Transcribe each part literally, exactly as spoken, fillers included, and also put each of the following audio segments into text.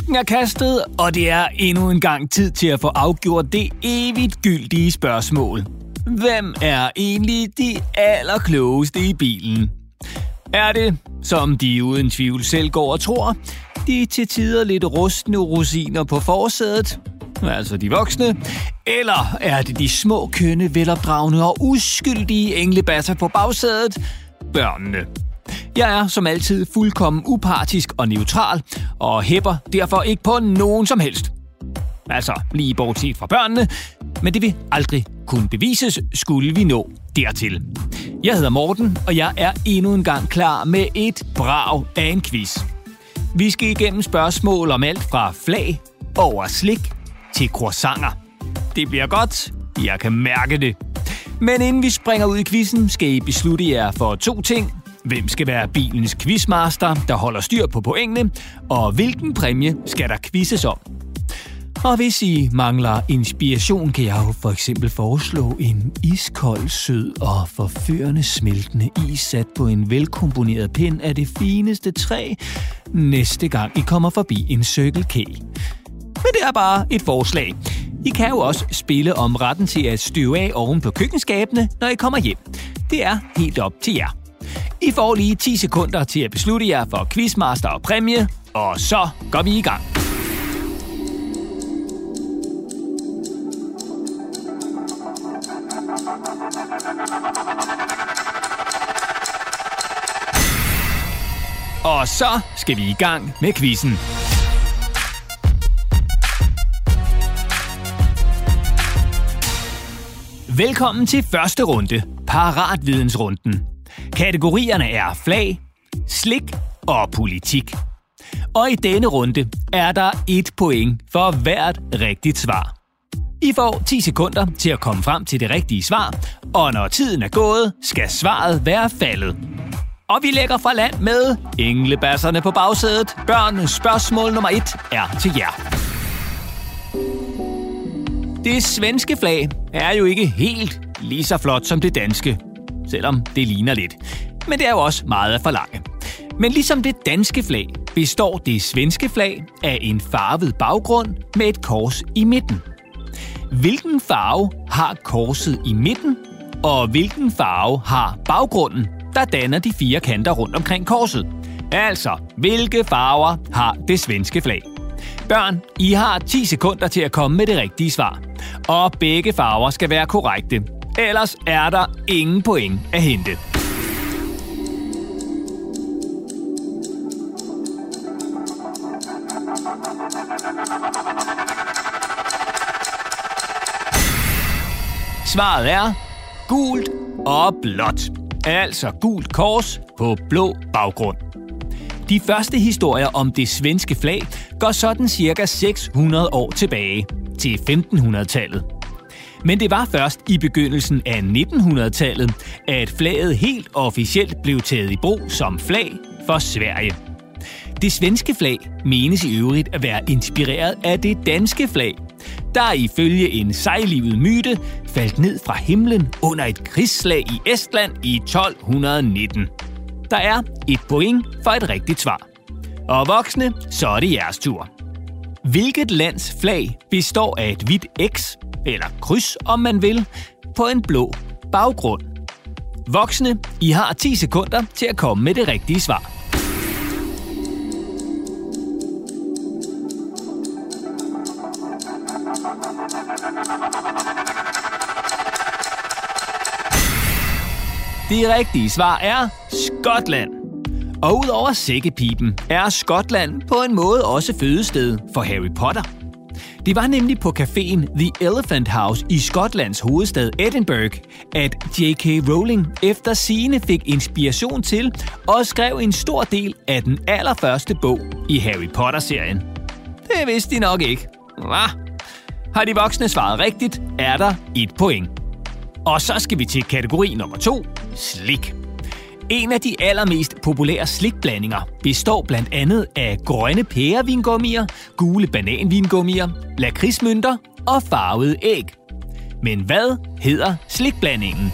Handsken er kastet, og det er endnu en gang tid til at få afgjort det evigt gyldige spørgsmål. Hvem er egentlig de allerklogeste i bilen? Er det, som de uden tvivl selv går og tror, de til tider lidt rustne rosiner på forsædet, altså de voksne, eller er det de små, kønne, velopdragende og uskyldige englebasser på bagsædet, børnene? Jeg er som altid fuldkommen upartisk og neutral, og hæpper derfor ikke på nogen som helst. Altså lige bortset fra børnene, men det vil aldrig kunne bevises, skulle vi nå dertil. Jeg hedder Morten, og jeg er endnu en gang klar med et brag af en quiz. Vi skal igennem spørgsmål om alt fra flag over slik til croissanter. Det bliver godt, jeg kan mærke det. Men inden vi springer ud i quizzen, skal I beslutte jer for to ting. Hvem skal være bilens quizmaster, der holder styr på pointene, og hvilken præmie skal der quizzes om? Og hvis I mangler inspiration, kan jeg jo for eksempel foreslå en iskold, sød og forførende smeltende is sat på en velkomponeret pind af det fineste træ, næste gang I kommer forbi en Circle K. Men det er bare et forslag. I kan jo også spille om retten til at støve af oven på køkkenskabene, når I kommer hjem. Det er helt op til jer. I får lige ti sekunder til at beslutte jer for quizmaster og præmie, og så går vi i gang. Og så skal vi i gang med quizzen. Velkommen til første runde, Paratvidensrunden. Kategorierne er flag, slik og politik. Og i denne runde er der et point for hvert rigtigt svar. I får ti sekunder til at komme frem til det rigtige svar, og når tiden er gået, skal svaret være faldet. Og vi lægger fra land med englebasserne på bagsædet. Børn, spørgsmål nummer et er til jer. Det svenske flag er jo ikke helt lige så flot som det danske, selvom det ligner lidt. Men det er jo også meget at forlange. Men ligesom det danske flag består det svenske flag af en farvet baggrund med et kors i midten. Hvilken farve har korset i midten, og hvilken farve har baggrunden, der danner de fire kanter rundt omkring korset? Altså, hvilke farver har det svenske flag? Børn, I har ti sekunder til at komme med det rigtige svar. Og begge farver skal være korrekte. Ellers er der ingen point at hente. Svaret er gult og blåt. Altså gult kors på blå baggrund. De første historier om det svenske flag går sådan cirka seks hundrede år tilbage til femtenhundredetallet. Men det var først i begyndelsen af nittenhundredetallet, at flaget helt officielt blev taget i brug som flag for Sverige. Det svenske flag menes i øvrigt at være inspireret af det danske flag, der ifølge en sejlivet myte faldt ned fra himlen under et krigsslag i Estland i tolv nitten. Der er et point for et rigtigt svar. Og voksne, så er det jeres tur. Hvilket lands flag består af et hvidt X, eller kryds om man vil, på en blå baggrund? Voksne, I har ti sekunder til at komme med det rigtige svar. Det rigtige svar er Skotland. Og udover sækkepipen er Skotland på en måde også fødested for Harry Potter. Det var nemlig på caféen The Elephant House i Skotlands hovedstad Edinburgh, at J K Rowling efter sigende fik inspiration til og skrev en stor del af den allerførste bog i Harry Potter-serien. Det vidste de nok ikke. Hva? Har de voksne svaret rigtigt, er der et point. Og så skal vi til kategori nummer to, slik. En af de allermest populære slikblandinger består blandt andet af grønne pærevingummier, gule bananvingummier, lakridsmynter og farvede æg. Men hvad hedder slikblandingen?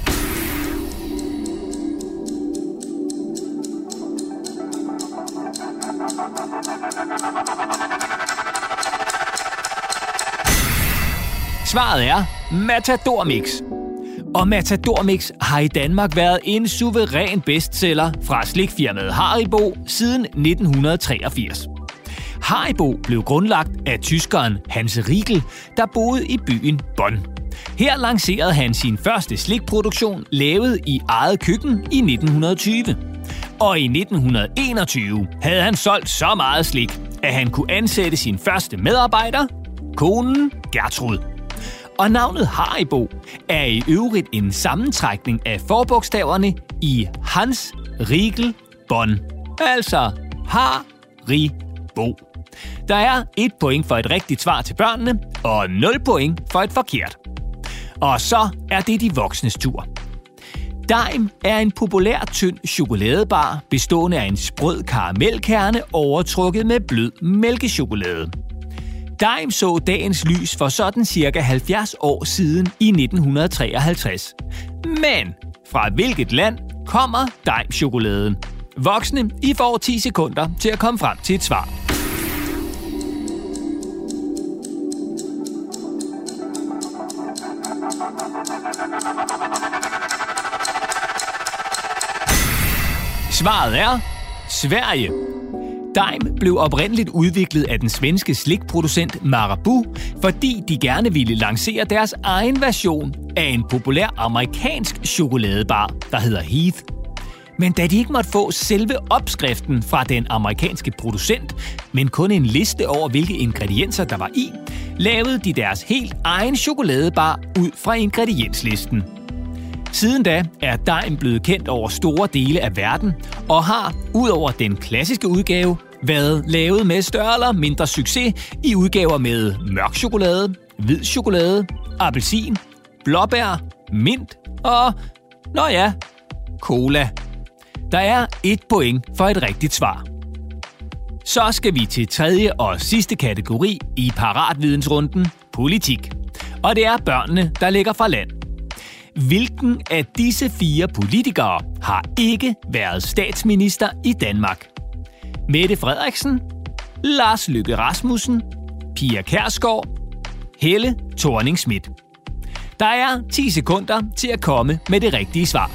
Svaret er Matador Mix. Og Matador Mix har i Danmark været en suveræn bestseller fra slikfirmaet Haribo siden nitten treogfirs. Haribo blev grundlagt af tyskeren Hans Riegel, der boede i byen Bonn. Her lancerede han sin første slikproduktion, lavet i eget køkken i nitten tyve. Og i nitten enogtyve havde han solgt så meget slik, at han kunne ansætte sin første medarbejder, konen Gertrud. Og navnet Haribo er i øvrigt en sammentrækning af forbogstaverne i Hans Riegel Bonn. Altså Haribo. Der er et point for et rigtigt svar til børnene, og nul point for et forkert. Og så er det de voksnes tur. Daim er en populær tynd chokoladebar, bestående af en sprød karamelkerne overtrukket med blød mælkechokolade. Daim så dagens lys for sådan cirka halvfjerds år siden i nitten treoghalvtreds. Men fra hvilket land kommer Daim-chokoladen? Voksne, I får ti sekunder til at komme frem til et svar. Svaret er Sverige. Daim blev oprindeligt udviklet af den svenske slikproducent Marabou, fordi de gerne ville lancere deres egen version af en populær amerikansk chokoladebar, der hedder Heath. Men da de ikke måtte få selve opskriften fra den amerikanske producent, men kun en liste over, hvilke ingredienser der var i, lavede de deres helt egen chokoladebar ud fra ingredienslisten. Siden da er Daim blevet kendt over store dele af verden og har, udover den klassiske udgave, været lavet med større eller mindre succes i udgaver med mørk chokolade, hvid chokolade, appelsin, blåbær, mint og, nå ja, cola. Der er et point for et rigtigt svar. Så skal vi til tredje og sidste kategori i paratvidensrunden, politik. Og det er børnene, der ligger fra land. Hvilken af disse fire politikere har ikke været statsminister i Danmark? Mette Frederiksen, Lars Løkke Rasmussen, Pia Kjærsgaard, Helle Thorning-Schmidt. Der er ti sekunder til at komme med det rigtige svar.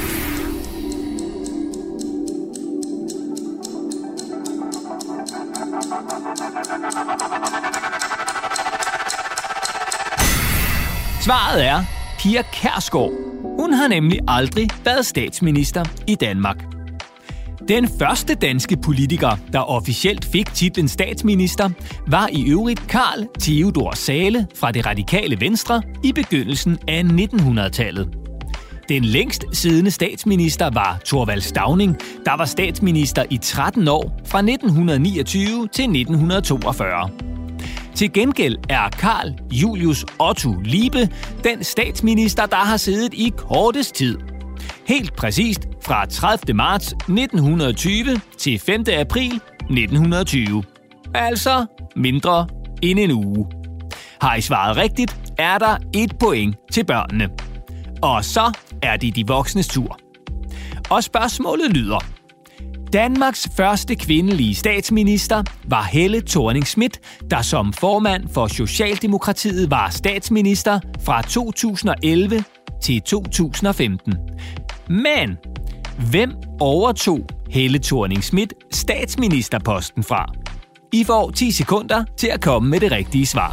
Svaret er Pia Kjærsgaard. Hun har nemlig aldrig været statsminister i Danmark. Den første danske politiker, der officielt fik titlen statsminister, var i øvrigt Carl Theodor Zahle fra Det Radikale Venstre i begyndelsen af nittenhundredetallet. Den længst siddende statsminister var Thorvald Stauning, der var statsminister i tretten år fra nitten niogtyve til nitten toogfyrre. Til gengæld er Carl Julius Otto Liebe den statsminister, der har siddet i kortest tid. Helt præcist fra tredivte marts nitten tyve til femte april nitten tyve. Altså mindre end en uge. Har I svaret rigtigt, er der et point til børnene. Og så er det de voksnes tur. Og spørgsmålet lyder: Danmarks første kvindelige statsminister var Helle Thorning-Schmidt, der som formand for Socialdemokratiet var statsminister fra to tusind og elleve til to tusind og femten. Men hvem overtog Helle Thorning-Schmidt statsministerposten fra? I får ti sekunder til at komme med det rigtige svar.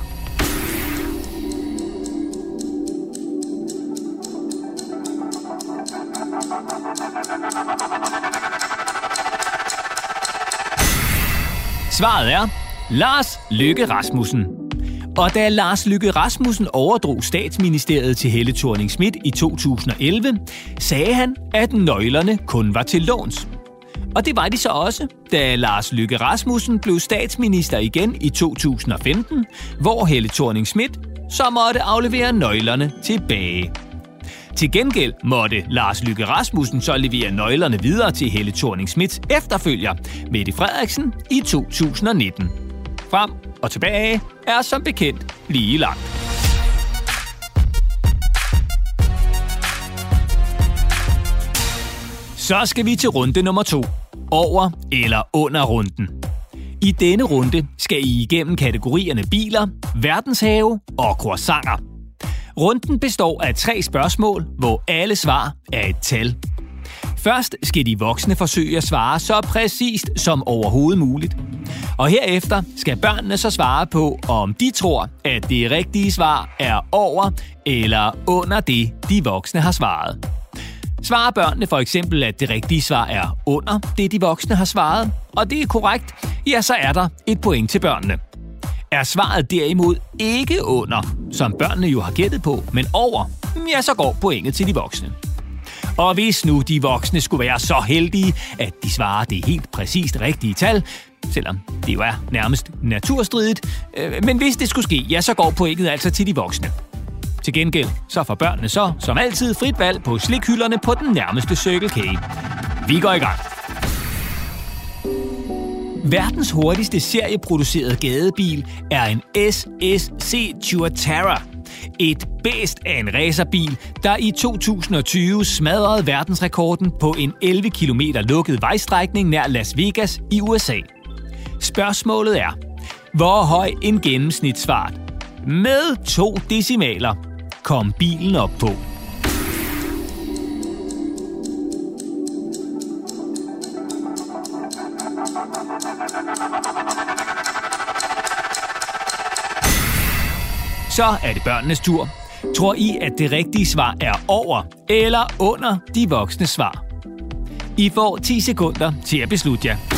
Svaret er Lars Løkke Rasmussen. Og da Lars Løkke Rasmussen overdrog statsministeriet til Helle Thorning-Schmidt i to tusind og elleve, sagde han, at nøglerne kun var til låns. Og det var de så også, da Lars Løkke Rasmussen blev statsminister igen i to tusind og femten, hvor Helle Thorning-Schmidt så måtte aflevere nøglerne tilbage. Til gengæld måtte Lars Løkke Rasmussen så levere nøglerne videre til Helle Thorning-Schmidts efterfølger, Mette Frederiksen, i to tusind og nitten. Frem og tilbage er som bekendt lige langt. Så skal vi til runde nummer to. Over eller under runden. I denne runde skal I igennem kategorierne biler, verdenshave og croissanter. Runden består af tre spørgsmål, hvor alle svar er et tal. Først skal de voksne forsøge at svare så præcist som overhovedet muligt. Og herefter skal børnene så svare på, om de tror, at det rigtige svar er over eller under det, de voksne har svaret. Svarer børnene for eksempel, at det rigtige svar er under det, de voksne har svaret, og det er korrekt, ja, så er der et point til børnene. Er svaret derimod ikke under, som børnene jo har gættet på, men over, ja, så går pointet til de voksne. Og hvis nu de voksne skulle være så heldige, at de svarer det helt præcist rigtige tal, selvom det jo er nærmest naturstridigt, øh, men hvis det skulle ske, ja, så går pointet altså til de voksne. Til gengæld så får børnene så, som altid, frit valg på slikhylderne på den nærmeste Circle K. Vi går i gang. Verdens hurtigste serieproducerede gadebil er en S S C Tuatara. Et bæst af en racerbil, der i to tusind og tyve smadrede verdensrekorden på en elleve kilometer lukket vejstrækning nær Las Vegas i U S A. Spørgsmålet er, hvor høj en gennemsnitsfart med to decimaler kom bilen op på? Så er det børnenes tur. Tror I, at det rigtige svar er over eller under de voksne svar? I får ti sekunder til at beslutte jer.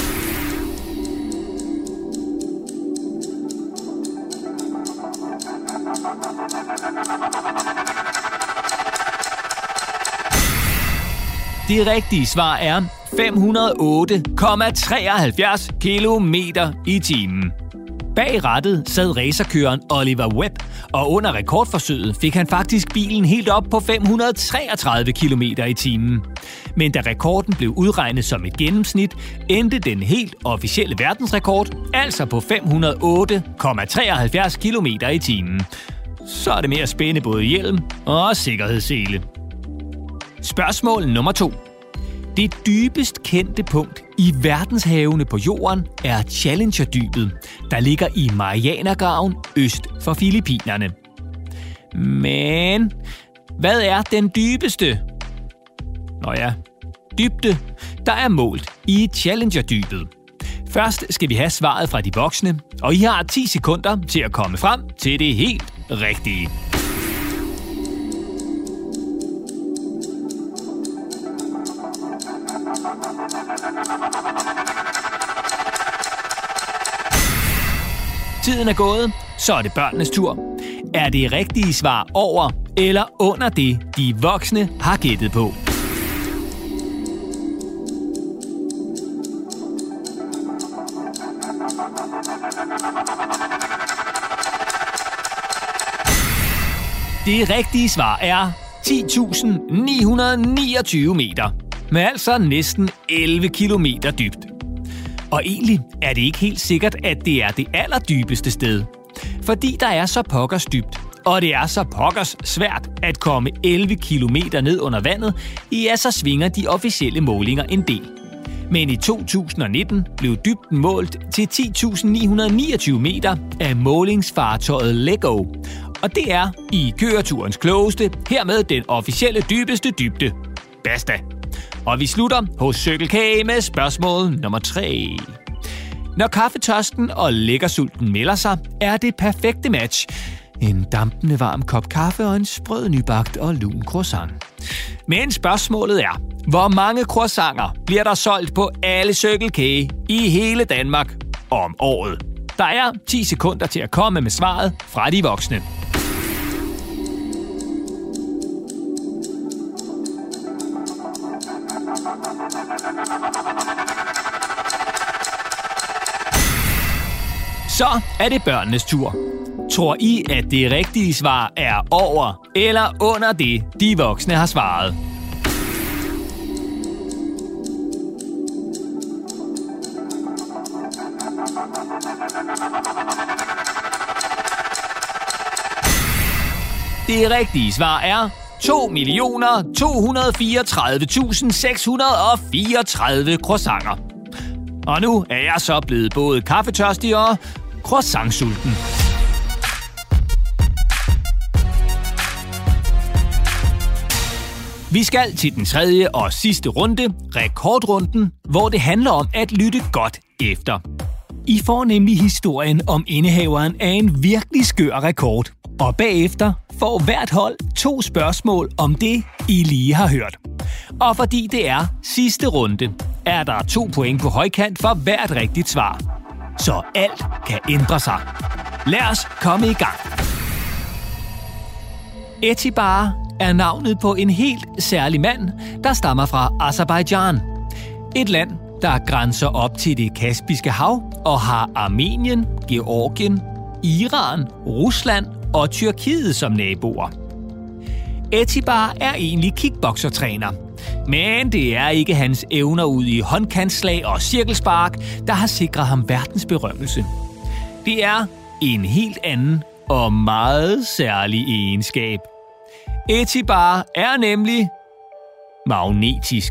Det rigtige svar er fem hundrede og otte komma treoghalvfjerds kilometer i timen. Bag rattet sad racerkøreren Oliver Webb, og under rekordforsøget fik han faktisk bilen helt op på fem hundrede og treogtredive kilometer i timen. Men da rekorden blev udregnet som et gennemsnit, endte den helt officielle verdensrekord altså på fem hundrede og otte komma treoghalvfjerds kilometer i timen. Så er det med at spænde både hjelm og sikkerhedssele. Spørgsmål nummer to. Det dybest kendte punkt i verdenshavene på jorden er Challenger-dybet, der ligger i Marianergraven øst for Filippinerne. Men hvad er den dybeste? Nå ja, dybde, der er målt i Challenger-dybet. Først skal vi have svaret fra de voksne, og I har ti sekunder til at komme frem til det helt rigtige. Tiden er gået, så er det børnenes tur. Er det rigtige svar over eller under det, de voksne har gættet på? Det rigtige svar er ti tusind ni hundrede og niogtyve meter, med altså næsten elleve kilometer dybt. Og egentlig er det ikke helt sikkert, at det er det allerdybeste sted. Fordi der er så pokkers dybt, og det er så pokkers svært at komme elleve kilometer ned under vandet, ja, så svinger de officielle målinger en del. Men i to tusind og nitten blev dybden målt til ti tusind ni hundrede og niogtyve meter af målingsfartøjet Lego. Og det er i køreturens klogeste, hermed den officielle dybeste dybde. Basta! Og vi slutter hos Circle K med spørgsmål nummer tre. Når kaffetørsten og lækkersulten melder sig, er det perfekte match en dampende varm kop kaffe og en sprød nybagt og lun croissant. Men spørgsmålet er, hvor mange croissanter bliver der solgt på alle Circle K i hele Danmark om året? Der er ti sekunder til at komme med svaret fra de voksne. Så er det børnenes tur. Tror I, at det rigtige svar er over eller under det, de voksne har svaret? Det rigtige svar er to millioner to hundrede og fireogtredive tusind seks hundrede og fireogtredive croissanter. Og nu er jeg så blevet både kaffetørstig og croissantsulten. Vi skal til den tredje og sidste runde, rekordrunden, hvor det handler om at lytte godt efter. I får nemlig historien om indehaveren af en virkelig skør rekord. Og bagefter får hvert hold to spørgsmål om det, I lige har hørt. Og fordi det er sidste runde, er der to point på højkant for hvert rigtigt svar. Så alt kan ændre sig. Lad os komme i gang. Etibar er navnet på en helt særlig mand, der stammer fra Aserbajdsjan. Et land, der grænser op til det Kaspiske Hav og har Armenien, Georgien, Iran, Rusland og Tyrkiet som naboer. Etibar er egentlig kickboksertræner, men det er ikke hans evner ud i håndkantslag og cirkelspark, der har sikret ham verdens berømmelse. Det er en helt anden og meget særlig egenskab. Etibar er nemlig magnetisk.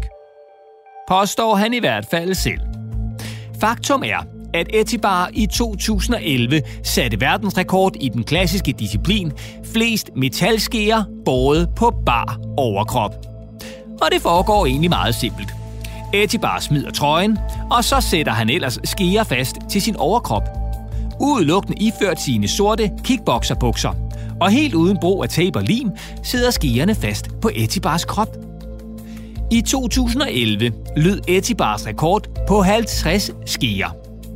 Påstår han i hvert fald selv. Faktum er, at Etibar i to tusind og elleve satte verdensrekord i den klassiske disciplin flest metalskeer båret på bar overkrop. Og det foregår egentlig meget simpelt. Etibar smider trøjen, og så sætter han ellers skeer fast til sin overkrop. Udelukkende iført sine sorte kickbokserbukser. Og helt uden brug af tape og lim sidder skeerne fast på Etibars krop. I to tusind og elleve lød Etibars rekord på halvtreds skeer.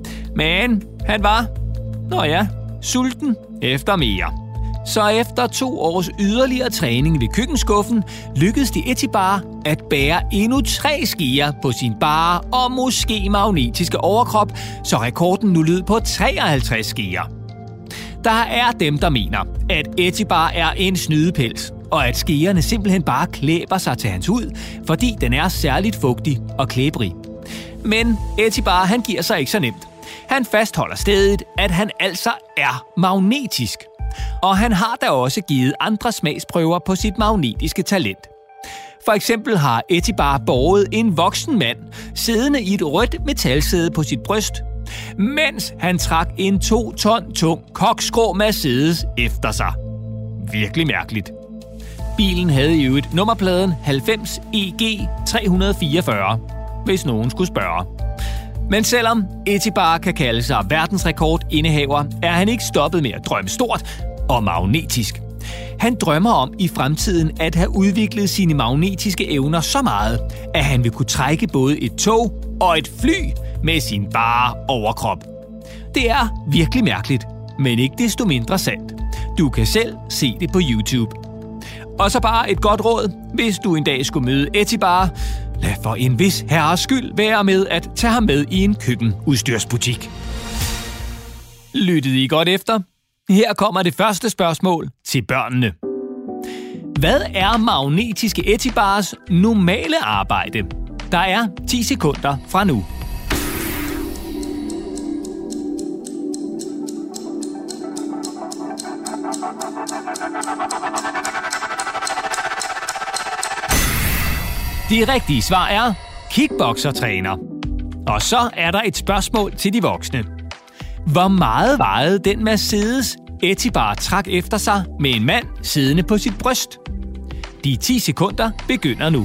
Men han var, nå ja, sulten efter mere. Så efter to års yderligere træning ved køkkenskuffen lykkedes det Etibar at bære endnu tre skeer på sin bare og måske magnetiske overkrop, så rekorden nu lød på treoghalvtreds skeer. Der er dem, der mener, at Etibar er en snydepels, og at skeerne simpelthen bare klæber sig til hans hud, fordi den er særligt fugtig og klæbrig. Men Etibar, han giver sig ikke så nemt. Han fastholder stedigt, at han altså er magnetisk. Og han har da også givet andre smagsprøver på sit magnetiske talent. For eksempel har Etibar båret en voksen mand siddende i et rødt metalsæde på sit bryst, mens han trak en to ton tung koksgrå Mercedes efter sig. Virkelig mærkeligt. Bilen havde i øvrigt nummerpladen halvfems E G tre hundrede fireogfyrre, hvis nogen skulle spørge. Men selvom Etibar kan kalde sig verdensrekordindehaver, er han ikke stoppet med at drømme stort og magnetisk. Han drømmer om i fremtiden at have udviklet sine magnetiske evner så meget, at han vil kunne trække både et tog og et fly med sin bare overkrop. Det er virkelig mærkeligt, men ikke desto mindre sandt. Du kan selv se det på YouTube. Og så bare et godt råd, hvis du en dag skulle møde Etibar. Lad for en vis herres skyld være med at tage ham med i en køkkenudstyrsbutik. Lyttede I godt efter? Her kommer det første spørgsmål til børnene. Hvad er magnetiske Etibars normale arbejde? Der er ti sekunder fra nu. Det rigtige svar er kickboksertræner. Og så er der et spørgsmål til de voksne. Hvor meget vejede den Mercedes, Etibar trak efter sig med en mand siddende på sit bryst? De ti sekunder begynder nu.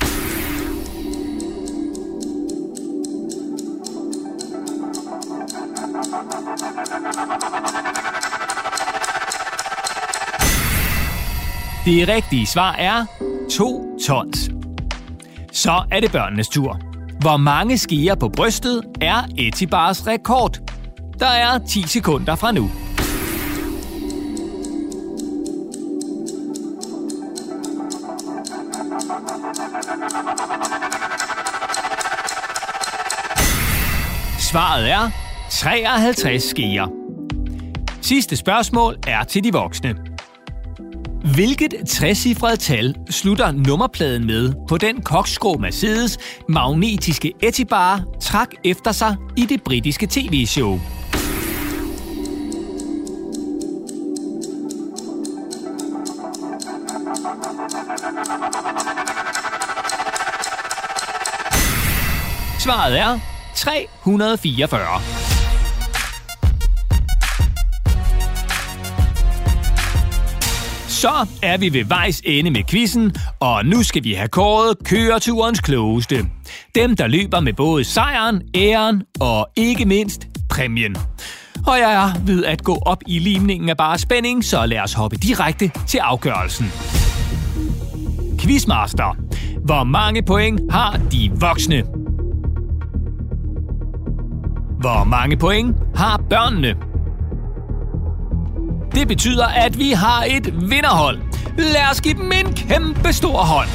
Det rigtige svar er to tons. Så er det børnenes tur. Hvor mange skeer på brystet er Etibars rekord? Der er ti sekunder fra nu. Svaret er treoghalvtreds skeer. Sidste spørgsmål er til de voksne. Hvilket trecifret tal slutter nummerpladen med på den koksgrå Mercedes magnetiske Etibar trak efter sig i det britiske tv-show? Svaret er tre hundrede og fireogfyrre. Så er vi ved vejs ende med quizzen, og nu skal vi have kåret køreturens klogeste. Dem, der løber med både sejren, æren og ikke mindst præmien. Og jeg er ved at gå op i limningen af bare spænding, så lad os hoppe direkte til afgørelsen. Quizmaster. Hvor mange point har de voksne? Hvor mange point har børnene? Det betyder, at vi har et vinderhold. Lad os give dem en kæmpe stor hånd.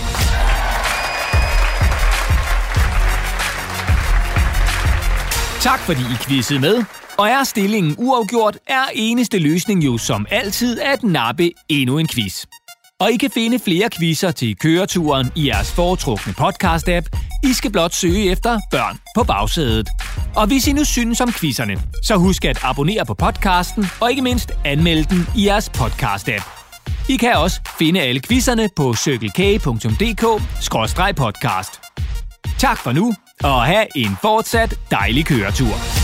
Tak fordi I quizzede med. Og er stillingen uafgjort, er eneste løsning jo som altid at nappe endnu en quiz. Og I kan finde flere quizzer til køreturen i jeres foretrukne podcast-app. I skal blot søge efter Børn på bagsædet. Og hvis I nu synes om quizzerne, så husk at abonnere på podcasten og ikke mindst anmelde den i jeres podcast-app. I kan også finde alle quizzerne på circle k punktum d k skråstreg podcast. Tak for nu, og have en fortsat dejlig køretur.